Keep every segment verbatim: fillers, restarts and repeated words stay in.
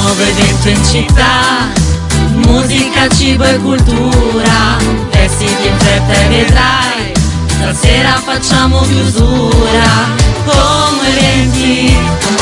nuovo evento in città, musica, cibo e cultura, vestiti in fretta e vedrai, stasera facciamo chiusura, come eventi.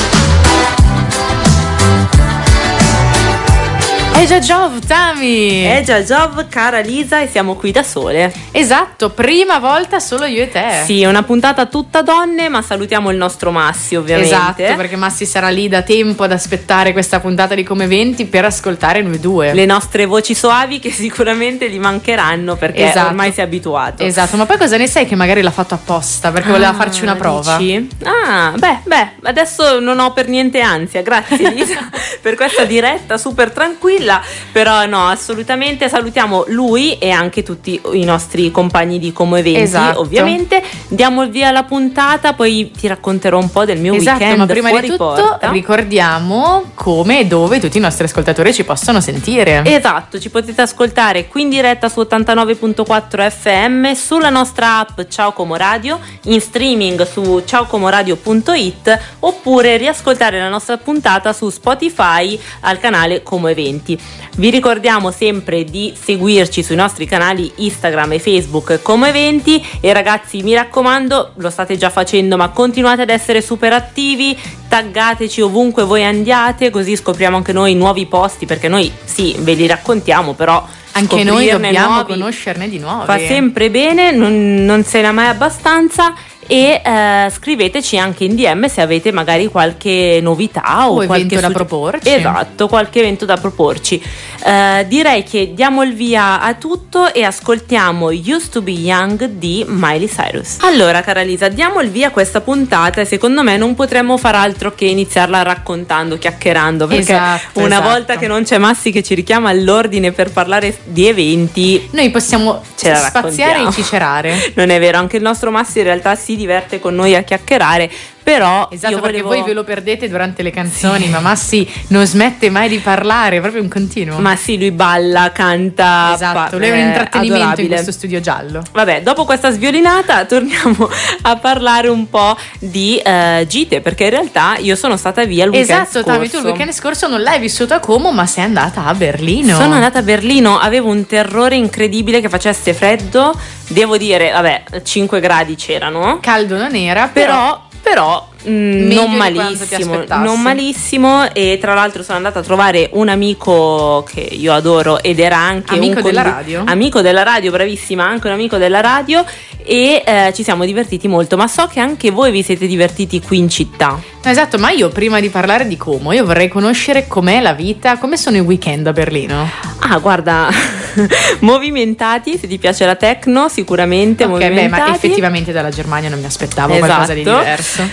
È già Giov, Tami! È già Giov, cara Lisa, e siamo qui da sole. Esatto, prima volta solo io e te. Sì, una puntata tutta donne, ma salutiamo il nostro Massi, ovviamente. Esatto, perché Massi sarà lì da tempo ad aspettare questa puntata di Come Eventi per ascoltare noi due. Le nostre voci soavi che sicuramente gli mancheranno perché esatto. ormai si è abituato. Esatto, ma poi cosa ne sai che magari l'ha fatto apposta perché ah, voleva farci una prova? Dici? Ah, beh, beh, adesso non ho per niente ansia, grazie Lisa per questa diretta super tranquilla. Però no, assolutamente salutiamo lui e anche tutti i nostri compagni di Como Eventi. Esatto. Ovviamente diamo il via alla puntata, poi ti racconterò un po' del mio esatto, weekend. Ma prima fuori di tutto porta. Ricordiamo come e dove tutti i nostri ascoltatori ci possono sentire. Esatto, ci potete ascoltare qui in diretta su ottantanove virgola quattro F M, sulla nostra app Ciao Como Radio, in streaming su ciaocomoradio punto it, oppure riascoltare la nostra puntata su Spotify al canale Como Eventi. Vi ricordiamo sempre di seguirci sui nostri canali Instagram e Facebook Como Eventi, e ragazzi, mi raccomando, lo state già facendo, ma continuate ad essere super attivi, taggateci ovunque voi andiate, così scopriamo anche noi nuovi posti, perché noi sì, ve li raccontiamo, però anche noi dobbiamo nuovi, conoscerne di nuovi. Fa sempre bene, non, non se ne ha mai abbastanza. E eh, scriveteci anche in D M se avete magari qualche novità o, o qualche evento da su- proporci. Esatto, qualche evento da proporci. Eh, direi che diamo il via a tutto e ascoltiamo Used to Be Young di Miley Cyrus. Allora, cara Lisa, diamo il via a questa puntata e secondo me non potremmo far altro che iniziarla raccontando, chiacchierando, perché esatto, una esatto. volta che non c'è Massi che ci richiama all'ordine per parlare di eventi, noi possiamo ce la spaziare raccontiamo. e cicerare. Non è vero, anche il nostro Massi in realtà si diverte con noi a chiacchierare, però esatto, io perché volevo... voi ve lo perdete durante le canzoni, sì. Ma Massi non smette mai di parlare, è proprio un continuo. Ma sì, lui balla, canta, esatto, pa- lui è un intrattenimento adorabile. in questo studio giallo. Vabbè, dopo questa sviolinata torniamo a parlare un po' di uh, gite, perché in realtà io sono stata via il weekend esatto, scorso. Tavi, tu il weekend scorso non l'hai vissuto a Como, ma sei andata a Berlino. Sono andata a Berlino, avevo un terrore incredibile che facesse freddo, devo dire, vabbè, cinque gradi c'erano. Caldo non era, però... però Mm, non malissimo, non malissimo, e tra l'altro sono andata a trovare un amico che io adoro ed era anche amico un della condu- radio amico della radio, bravissima, anche un amico della radio, e eh, ci siamo divertiti molto, ma so che anche voi vi siete divertiti qui in città. Esatto, ma io prima di parlare di Como io vorrei conoscere com'è la vita, come sono i weekend a Berlino. Ah, guarda, movimentati, se ti piace la techno sicuramente, ok, movimentati. beh, ma effettivamente dalla Germania non mi aspettavo esatto. qualcosa di diverso.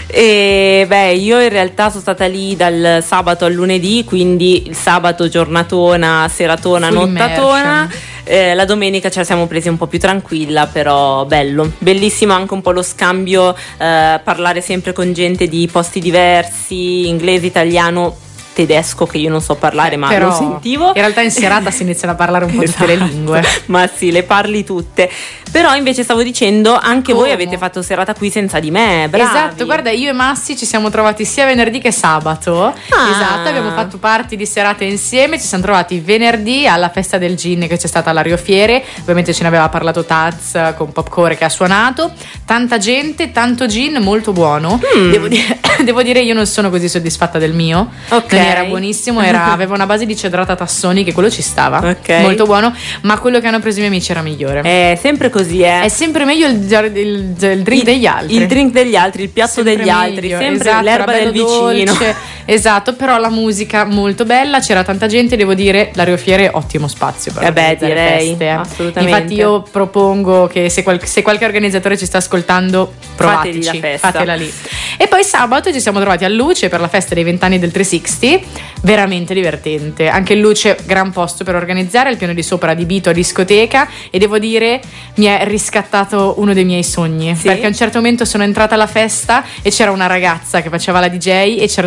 E beh, io in realtà sono stata lì dal sabato al lunedì, quindi il sabato giornatona, seratona, Full nottatona. Eh, la domenica ce la siamo presi un po' più tranquilla, però bello, bellissimo anche un po' lo scambio, eh, parlare sempre con gente di posti diversi, inglese, italiano, tedesco, che io non so parlare, ma però lo sentivo. In realtà in serata si iniziano a parlare un po' esatto. tutte le lingue. Ma sì, le parli tutte. Però invece stavo dicendo, anche Come? voi avete fatto serata qui senza di me, bravi. Esatto, guarda, io e Massi ci siamo trovati sia venerdì che sabato. Ah. Esatto, abbiamo fatto party di serate insieme. Ci siamo trovati venerdì alla festa del gin che c'è stata alla Rio Fiere. Ovviamente ce ne aveva parlato Taz con Popcore che ha suonato. Tanta gente, tanto gin, molto buono. Mm. Devo dire, devo dire, io non sono così soddisfatta del mio. Ok. Non era buonissimo, era, aveva una base di cedrata Tassoni, che quello ci stava. Ok. Molto buono, ma quello che hanno preso i miei amici era migliore. È sempre così, eh. È sempre meglio il, il, il, il drink il, degli altri. Il drink degli altri, il piatto sempre degli altri, meglio. sempre esatto, l'erba del vicino. Dolce. Esatto, però la musica molto bella, c'era tanta gente, devo dire, la Rio Fiere ottimo spazio per eh beh, direi, feste, eh. assolutamente. Infatti io propongo che se, qual- se qualche organizzatore ci sta ascoltando, provateci, la festa. fatela lì. E poi sabato ci siamo trovati a Luce per la festa dei vent'anni del trecentosessanta, veramente divertente. Anche il Luce, gran posto per organizzare, il piano di sopra adibito a discoteca, e devo dire mi è riscattato uno dei miei sogni, sì? Perché a un certo momento sono entrata alla festa e c'era una ragazza che faceva la D J e c'erano le sue amiche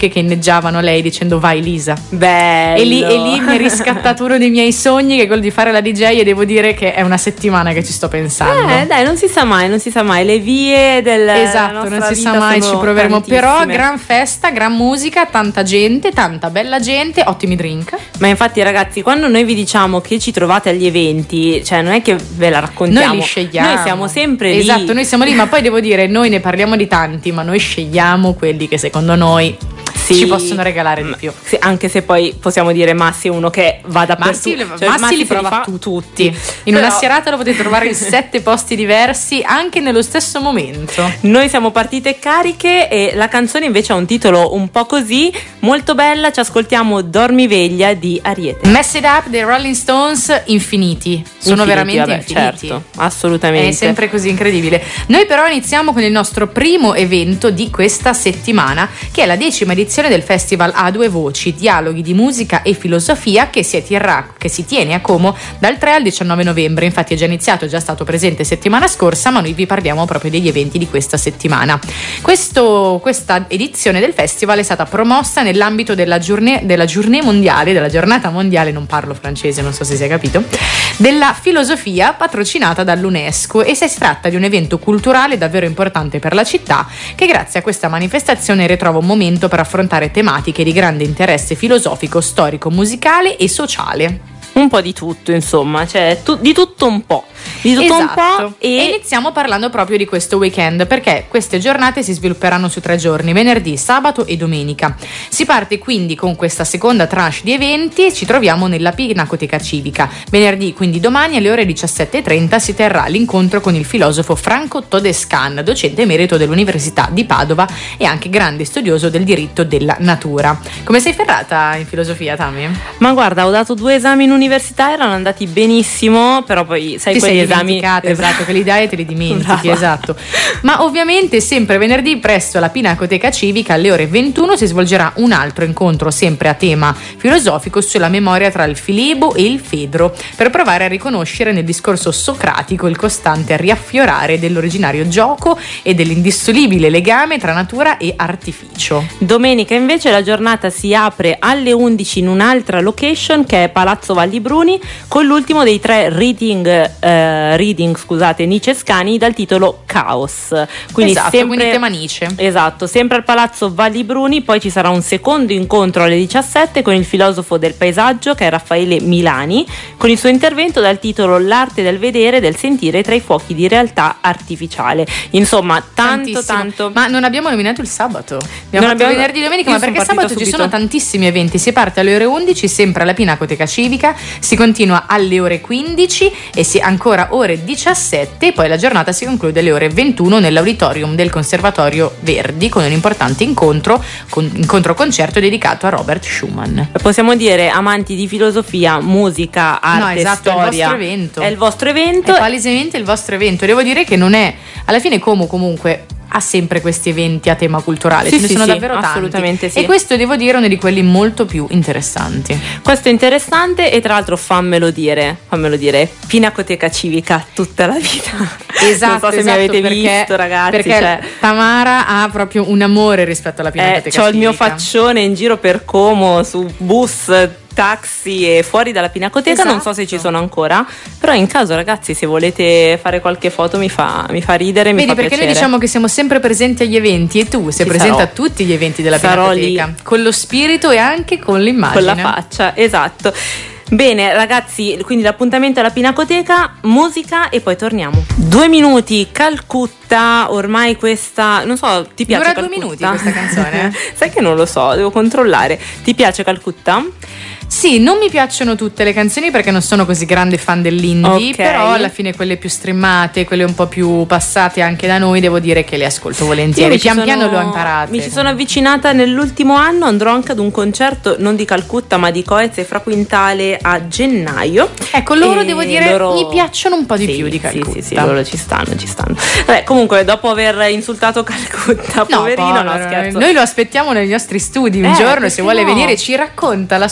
amiche che inneggiavano lei dicendo vai Lisa. Bello. E lì, e lì mi è riscattato uno dei miei sogni, che è quello di fare la D J, e devo dire che è una settimana che ci sto pensando. Eh dai, non si sa mai, non si sa mai, le vie del esatto, non si sa mai, ci proveremo. Però gran festa, gran musica, tanta gente, tanta bella gente, ottimi drink. Ma infatti ragazzi, quando noi vi diciamo che ci trovate agli eventi, cioè non è che ve la raccontiamo, noi li scegliamo, noi siamo sempre lì. Esatto, noi siamo lì, ma poi devo dire, noi ne parliamo di tanti, ma noi scegliamo quelli che secondo noi sì, ci possono regalare di più. Sì, anche se poi possiamo dire Massi è uno che va dappertutto. Massi, cioè, Massi, Massi li prova li tutti. tutti. In Però... una serata lo potete trovare in sette posti diversi, anche nello stesso momento. Noi siamo partite cariche e la canzone invece ha un titolo un po' così, molto bella. Ci ascoltiamo Dormiveglia di Ariete. Mess It Up dei Rolling Stones, infiniti. Sono infiniti, veramente vabbè, infiniti. Certo, assolutamente. È sempre così incredibile. Noi però iniziamo con il nostro primo evento di questa settimana, che è la decima edizione del Festival a due voci, dialoghi di musica e filosofia, che si, terrà, che si tiene a Como dal tre al diciannove novembre. Infatti è già iniziato, è già stato presente settimana scorsa, ma noi vi parliamo proprio degli eventi di questa settimana. Questo, questa edizione del festival è stata promossa nell'ambito della journée, della journée mondiale, della giornata mondiale, non parlo francese, non so se si è capito, della filosofia, patrocinata dall'UNESCO, e si tratta di un evento culturale davvero importante per la città, che grazie a questa manifestazione ritrova un momento per affrontare tematiche di grande interesse filosofico, storico, musicale e sociale. Un po' di tutto, insomma, cioè tu, di tutto un po'. Di tutto esatto. un po'. E... e iniziamo parlando proprio di questo weekend, perché queste giornate si svilupperanno su tre giorni, venerdì, sabato e domenica. Si parte quindi con questa seconda tranche di eventi e ci troviamo nella Pinacoteca Civica. Venerdì, quindi domani, alle ore diciassette e trenta si terrà l'incontro con il filosofo Franco Todescan, docente emerito dell'Università di Padova e anche grande studioso del diritto della natura. Come sei ferrata in filosofia, Tami? Ma guarda, ho dato due esami in università, erano andati benissimo, però poi sai Ti quegli sei esami, esatto, che li dai e te li dimentichi. Brava. Esatto. Ma ovviamente sempre venerdì presso la Pinacoteca Civica alle ore ventuno si svolgerà un altro incontro sempre a tema filosofico sulla memoria tra il Filebo e il Fedro, per provare a riconoscere nel discorso socratico il costante riaffiorare dell'originario gioco e dell'indissolubile legame tra natura e artificio. Domenica invece la giornata si apre alle undici in un'altra location, che è Palazzo Valli Bruni, con l'ultimo dei tre reading eh, reading scusate nicescani dal titolo Caos. Quindi esatto, sempre, quindi tema Nietzsche. Esatto, sempre al Palazzo Valli Bruni. Poi ci sarà un secondo incontro alle diciassette con il filosofo del paesaggio, che è Raffaele Milani, con il suo intervento dal titolo L'arte del vedere e del sentire tra i fuochi di realtà artificiale. Insomma, tanto Tantissimo. tanto. Ma non abbiamo nominato il sabato. Abbiamo non fatto abbiamo... venerdì e domenica, ma perché sabato subito. Ci sono tantissimi eventi. Si parte alle ore undici sempre alla Pinacoteca Civica, si continua alle ore quindici e si ancora ore diciassette, e poi la giornata si conclude alle ore ventuno nell'auditorium del Conservatorio Verdi con un importante incontro con, incontro concerto dedicato a Robert Schumann. Possiamo dire amanti di filosofia, musica, arte, no, esatto, storia. È il vostro evento. È il vostro evento. È palesemente il vostro evento. Devo dire che non è, alla fine Como comunque ha sempre questi eventi a tema culturale, sì, ce ne sì, sono sì, davvero tanti, assolutamente sì. E questo devo dire è uno di quelli molto più interessanti. Questo è interessante, e tra l'altro fammelo dire, fammelo dire, Pinacoteca Civica tutta la vita. Esatto, non so se esatto, mi avete perché, visto, ragazzi, perché cioè, Tamara ha proprio un amore rispetto alla Pinacoteca eh, Civica. c'ho il mio faccione in giro per Como su bus, taxi e fuori dalla Pinacoteca. Esatto. Non so se ci sono ancora, però in caso, ragazzi, se volete fare qualche foto mi fa, mi fa ridere, mi Vedi, fa perché piacere. noi diciamo che siamo sempre presenti agli eventi, e tu sei Ci presente sarò. a tutti gli eventi della Sarò Pinacoteca lì. con lo spirito e anche con l'immagine, con la faccia, esatto. Bene ragazzi, quindi l'appuntamento alla Pinacoteca, musica e poi torniamo. Due minuti, Calcutta, ormai questa, non so, ti piace Dura Calcutta? due minuti questa canzone? Sai che non lo so, devo controllare. Ti piace Calcutta? Sì, non mi piacciono tutte le canzoni perché non sono così grande fan dell'indie, Ok. però alla fine quelle più streamate, quelle un po' più passate anche da noi, devo dire che le ascolto volentieri. Io Pian mi ci piano sono- le ho imparate. Mi ci sono avvicinata nell'ultimo anno, andrò anche ad un concerto non di Calcutta ma di Coez e Fra Quintale a gennaio. Ecco, loro E devo dire loro- mi piacciono un po' di Sì, più di Calcutta. Sì, sì, sì, loro ci stanno, ci stanno. Vabbè, comunque, dopo aver insultato Calcutta, No, poverino, no, povero, scherzo. noi lo aspettiamo nei nostri studi un Eh, giorno, perché se vuole no? venire ci racconta la sua storia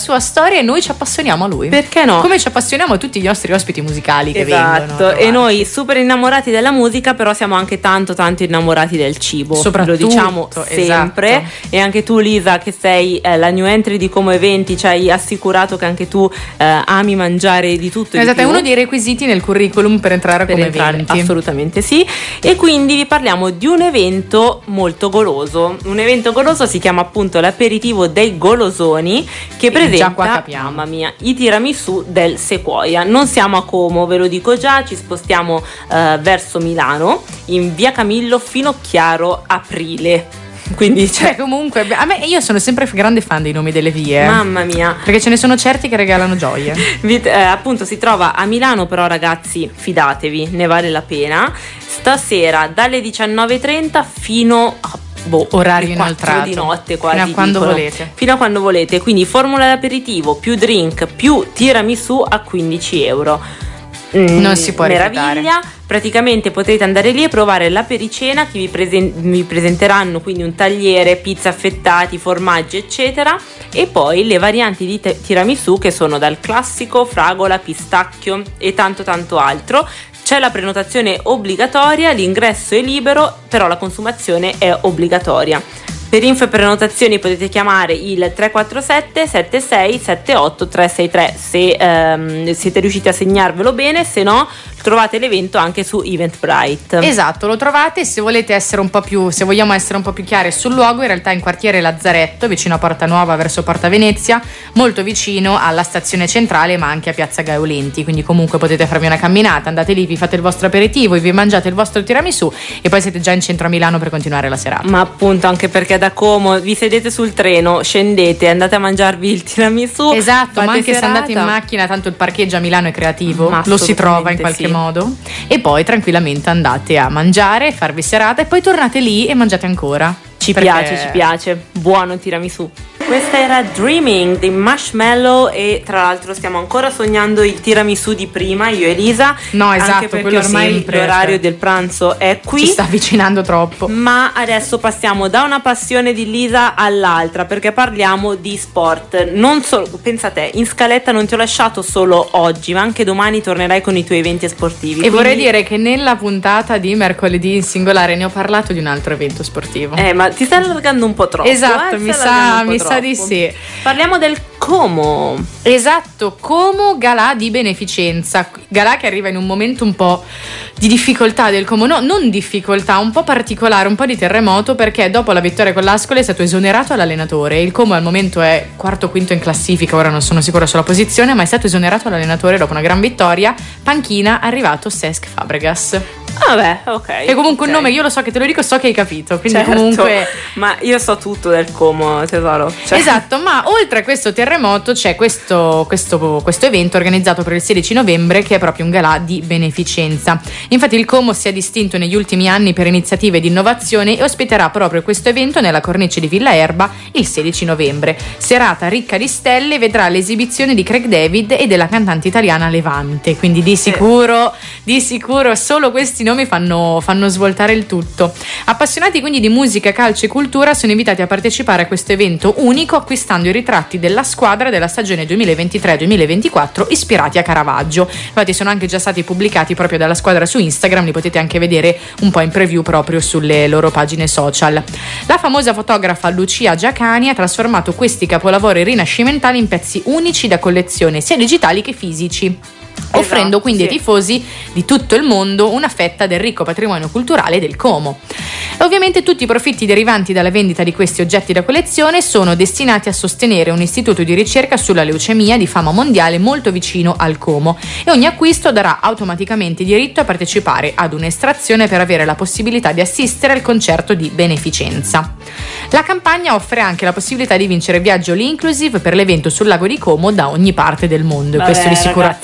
storia e noi ci appassioniamo a lui. Perché no? Come ci appassioniamo a tutti i nostri ospiti musicali che esatto. vengono. E noi super innamorati della musica, però siamo anche tanto tanto innamorati del cibo. Soprattutto, lo diciamo sempre. esatto. E anche tu, Lisa, che sei eh, la new entry di Como Eventi, ci hai assicurato che anche tu eh, ami mangiare di tutto e esatto, di più. è uno dei requisiti nel curriculum per entrare a per Come entrare, Eventi. assolutamente sì. E quindi vi parliamo di un evento molto goloso. Un evento goloso si chiama appunto l'aperitivo dei golosoni, che Sì, presenta, già qua capiamo. mamma mia, i tiramisù del Sequoia. Non siamo a Como, ve lo dico già, ci spostiamo eh, verso Milano, in via Camillo Finocchiaro Aprile. Quindi Cioè, cioè, comunque, a me, io sono sempre grande fan dei nomi delle vie. mamma mia. Perché ce ne sono certi che regalano gioie. Vi- eh, appunto si trova a Milano, però ragazzi fidatevi, ne vale la pena. Stasera dalle diciannove e trenta fino a boh, Orario le quattro inoltrato. di notte quasi, Fino a quando dicono. volete. Fino a quando volete. Quindi formula d'aperitivo più drink più tiramisù a quindici euro. Mm, Non si può meraviglia. rifiutare. Praticamente potete andare lì e provare la pericena che vi, presen- vi presenteranno, quindi un tagliere, pizza affettati, formaggi eccetera, e poi le varianti di te- tiramisù che sono dal classico, fragola, pistacchio e tanto tanto altro. C'è la prenotazione obbligatoria, l'ingresso è libero, però la consumazione è obbligatoria. Per info e prenotazioni potete chiamare il tre quattro sette sette sei sette otto tre sei tre se ehm, siete riusciti a segnarvelo bene, se no trovate l'evento anche su Eventbrite. Esatto, lo trovate. Se volete essere un po' più, se vogliamo essere un po' più chiari sul luogo, in realtà in quartiere Lazzaretto, vicino a Porta Nuova verso Porta Venezia, molto vicino alla stazione centrale, ma anche a Piazza Gaiolenti. Quindi comunque potete farvi una camminata, andate lì, vi fate il vostro aperitivo, vi mangiate il vostro tiramisù e poi siete già in centro a Milano per continuare la serata. Ma appunto, anche perché da Como vi sedete sul treno, scendete, andate a mangiarvi il tiramisù. Esatto, ma fate anche se serata. andate in macchina, tanto il parcheggio a Milano è creativo, Ma lo si trova in assolutamente qualche sì. modo, e poi tranquillamente andate a mangiare, farvi serata e poi tornate lì e mangiate ancora. Ci Perché- piace, ci piace. Buono tiramisù. Questa era Dreaming di Marshmallow e tra l'altro stiamo ancora sognando il tiramisù di prima, io e Elisa. No, esatto, anche perché quello ormai sempre, l'orario cioè. del pranzo è qui. Ci sta avvicinando troppo. Ma adesso passiamo da una passione di Lisa all'altra, perché parliamo di sport. Non solo, pensa a te, in scaletta non ti ho lasciato solo oggi, ma anche domani tornerai con i tuoi eventi sportivi. E Quindi- vorrei dire che nella puntata di mercoledì in singolare ne ho parlato di un altro evento sportivo. Eh, ma ti stai allargando un po' troppo. Esatto, eh? mi Stai sa- allargando un po' mi sa di troppo. sì. Parliamo del Como. Esatto, Como Galà di beneficenza. Galà che arriva in un momento un po' di difficoltà del Como, no, non difficoltà, un po' particolare, un po' di terremoto, perché dopo la vittoria con l'Ascoli è stato esonerato l'allenatore. Il Como al momento è quarto o quinto in classifica, ora non sono sicura sulla posizione, ma è stato esonerato l'allenatore dopo una gran vittoria. Panchina arrivato Cesc Fabregas. Vabbè, ok. Che comunque ok. un nome, io lo so che te lo dico, so che hai capito, quindi Certo, comunque... ma io so tutto del Como, tesoro. Cioè- Esatto, ma oltre a questo terremoto c'è questo, questo, questo evento organizzato per il sedici novembre, che è proprio un galà di beneficenza. Infatti il Como si è distinto negli ultimi anni per iniziative di innovazione e ospiterà proprio questo evento nella cornice di Villa Erba il sedici novembre. Serata ricca di stelle, vedrà l'esibizione di Craig David e della cantante italiana Levante, quindi di sicuro, di sicuro solo questi nomi fanno, fanno svoltare il tutto. Appassionati quindi di musica, calcio e cultura sono invitati a partecipare a questo evento unico acquistando i ritratti della squadra della stagione duemilaventitré duemilaventiquattro ispirati a Caravaggio. Infatti sono anche già stati pubblicati proprio dalla squadra su Instagram, li potete anche vedere un po' in preview proprio sulle loro pagine social. La famosa fotografa Lucia Giacani ha trasformato questi capolavori rinascimentali in pezzi unici da collezione sia digitali che fisici, offrendo Esatto, quindi sì. ai tifosi di tutto il mondo una fetta del ricco patrimonio culturale del Como. E ovviamente tutti i profitti derivanti dalla vendita di questi oggetti da collezione sono destinati a sostenere un istituto di ricerca sulla leucemia di fama mondiale molto vicino al Como, e ogni acquisto darà automaticamente diritto a partecipare ad un'estrazione per avere la possibilità di assistere al concerto di beneficenza. La campagna offre anche la possibilità di vincere viaggio all inclusive per l'evento sul lago di Como da ogni parte del mondo, e Vabbè, questo di sicuro ragazzi, attira ascoltate,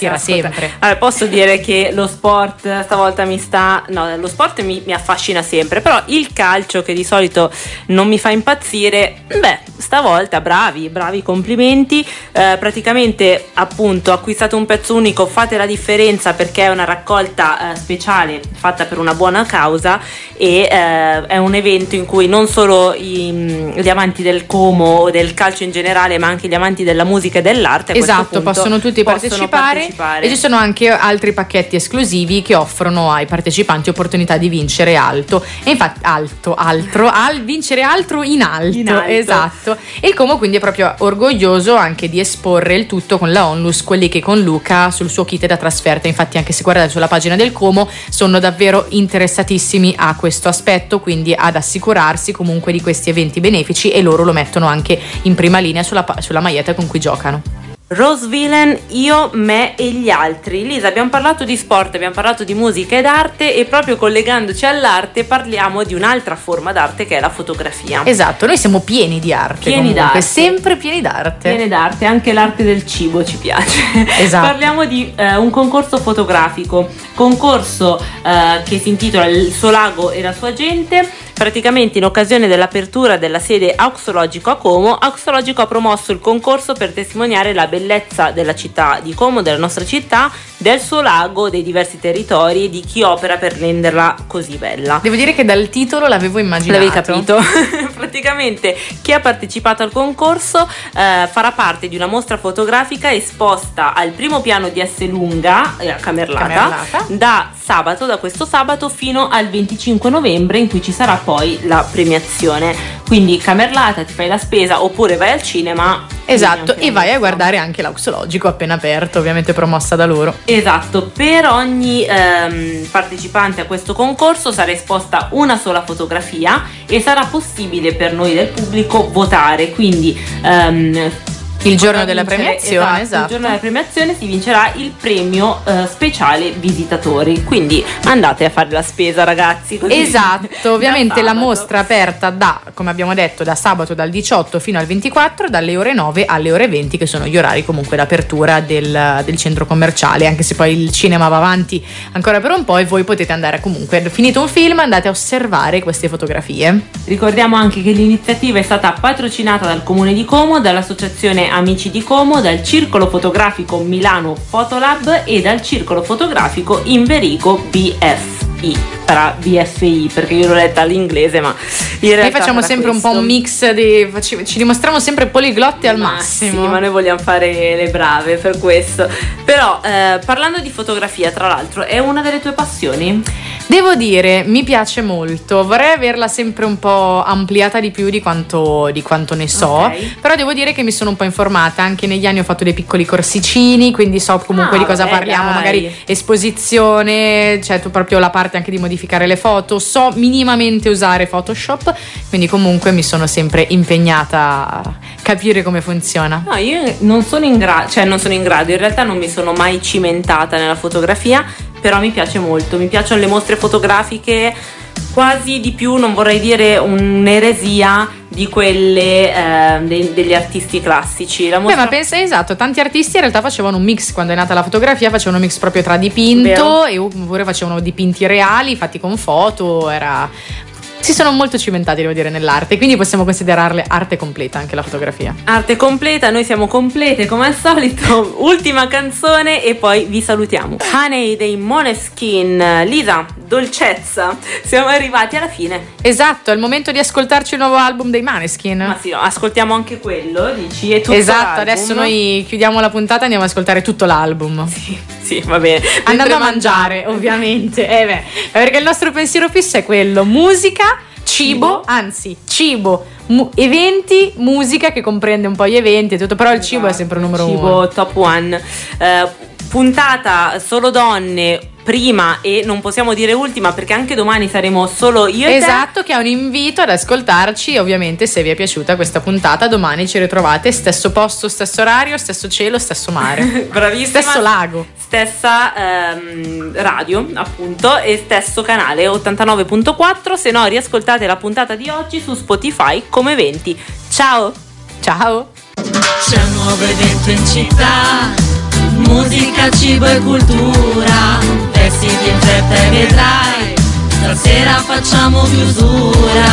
sempre. Allora, posso dire che lo sport stavolta mi sta, no, lo sport mi, mi affascina sempre, però il calcio, che di solito non mi fa impazzire, beh, stavolta bravi, bravi, complimenti. Eh, praticamente, appunto, acquistate un pezzo unico, fate la differenza, perché è una raccolta eh, speciale fatta per una buona causa, e eh, è un evento in cui non solo i, gli amanti del Como o del calcio in generale, ma anche gli amanti della musica e dell'arte a esatto, possono tutti possono partecipare, partecipare, e ci sono anche altri pacchetti esclusivi che offrono ai partecipanti opportunità di vincere alto, e infatti alto, altro, al vincere altro in alto, in alto. Esatto. E il Como quindi è proprio orgoglioso anche di esporre il tutto con la Onlus, quelli che con Luca sul suo kit da trasferta. Infatti, anche se guardate sulla pagina del Como, sono davvero interessatissimi a questo aspetto, quindi ad assicurarsi comunque di questi eventi benefici, e loro lo mettono anche in prima linea sulla, sulla maglietta con cui giocano. Rose Villain, io, me e gli altri. Lisa, abbiamo parlato di sport, abbiamo parlato di musica ed arte, e proprio collegandoci all'arte parliamo di un'altra forma d'arte, che è la fotografia. Esatto, noi siamo pieni di arte, pieni comunque, d'arte. sempre pieni d'arte. Pieni d'arte, anche l'arte del cibo ci piace. Esatto. Parliamo di eh, un concorso fotografico, concorso eh, che si intitola Il suo lago e la sua gente. Praticamente in occasione dell'apertura della sede Auxologico a Como, Auxologico ha promosso il concorso per testimoniare la bellezza della città di Como, della nostra città, del suo lago, dei diversi territori e di chi opera per renderla così bella. Devo dire che dal titolo l'avevo immaginato. L'avevi capito? Praticamente chi ha partecipato al concorso eh, farà parte di una mostra fotografica esposta al primo piano di Esselunga, eh, a Camerlata, Camerlata, da sabato, da questo sabato fino al venticinque novembre, in cui ci sarà poi la premiazione. Quindi Camerlata, ti fai la spesa oppure vai al cinema. Esatto, e vai a guardare anche l'Auxologico appena aperto, ovviamente promossa da loro. Esatto, per ogni ehm, partecipante a questo concorso sarà esposta una sola fotografia, e sarà possibile per noi del pubblico votare, quindi ehm, il giorno della premiazione, esatto, esatto. Il giorno della premiazione si vincerà il premio eh, speciale visitatori. Quindi andate a fare la spesa, ragazzi. Così. Esatto, ovviamente la sabato. mostra aperta da, come abbiamo detto, da sabato dal diciotto fino al ventiquattro, dalle ore nove alle ore venti, che sono gli orari comunque d'apertura del, del centro commerciale, anche se poi il cinema va avanti ancora per un po', e voi potete andare comunque, finito un film, andate a osservare queste fotografie. Ricordiamo anche che l'iniziativa è stata patrocinata dal Comune di Como, dall'associazione Amici di Como, dal Circolo Fotografico Milano Fotolab e dal Circolo Fotografico Inverigo B F I. Sarà B F I perché io l'ho letta all'inglese, ma in realtà noi facciamo sempre questo. Un po' un mix di, ci dimostriamo sempre poliglotti al ma massimo. Sì, ma noi vogliamo fare le brave per questo. Però eh, parlando di fotografia, tra l'altro, è una delle tue passioni? Devo dire, mi piace molto, vorrei averla sempre un po' ampliata di più di quanto, di quanto ne so, okay. Però devo dire che mi sono un po' informata, anche negli anni ho fatto dei piccoli corsicini, quindi so comunque ah, di cosa vabbè, parliamo, dai. Magari esposizione, cioè proprio la parte anche di modificare le foto, so minimamente usare Photoshop, quindi comunque mi sono sempre impegnata a capire come funziona. No, io non sono in grado, cioè non sono in grado, in realtà non mi sono mai cimentata nella fotografia, però mi piace molto, mi piacciono le mostre fotografiche quasi di più, non vorrei dire un'eresia, di quelle eh, de- degli artisti classici. La mostra... Beh, ma pensa, esatto, tanti artisti in realtà facevano un mix, quando è nata la fotografia facevano un mix proprio tra dipinto Vero. E oppure facevano dipinti reali fatti con foto, era... si sono molto cimentati, devo dire, nell'arte, quindi possiamo considerarle arte completa anche la fotografia. Arte completa, noi siamo complete come al solito. Ultima canzone e poi vi salutiamo. Honey dei Måneskin. Lisa, dolcezza, siamo arrivati alla fine. Esatto, è il momento di ascoltarci il nuovo album dei Måneskin. Ma sì, no, ascoltiamo anche quello, dici? È tutto esatto, l'album. adesso noi chiudiamo la puntata e andiamo ad ascoltare tutto l'album. Sì, sì, va bene. Andando Mentre a mangiare, mangiare, ovviamente. Eh beh, perché il nostro pensiero fisso è quello: musica, cibo, cibo. anzi, cibo, mu- eventi, musica, che comprende un po' gli eventi e tutto, però il cibo esatto, è sempre il numero cibo uno. Cibo top one. Uh, puntata solo donne, prima e non possiamo dire ultima, perché anche domani saremo solo io e esatto, te. Che è un invito ad ascoltarci. Ovviamente, se vi è piaciuta questa puntata, domani ci ritrovate stesso posto, stesso orario, stesso cielo, stesso mare. Bravissima. Stesso lago, stessa ehm, radio appunto, e stesso canale ottantanove virgola quattro. Se no, riascoltate la puntata di oggi su Spotify come eventi. Ciao ciao. C'è un nuovo evento in città, musica musica, cibo e cultura, vestiti in fretta e vedrai, stasera facciamo chiusura.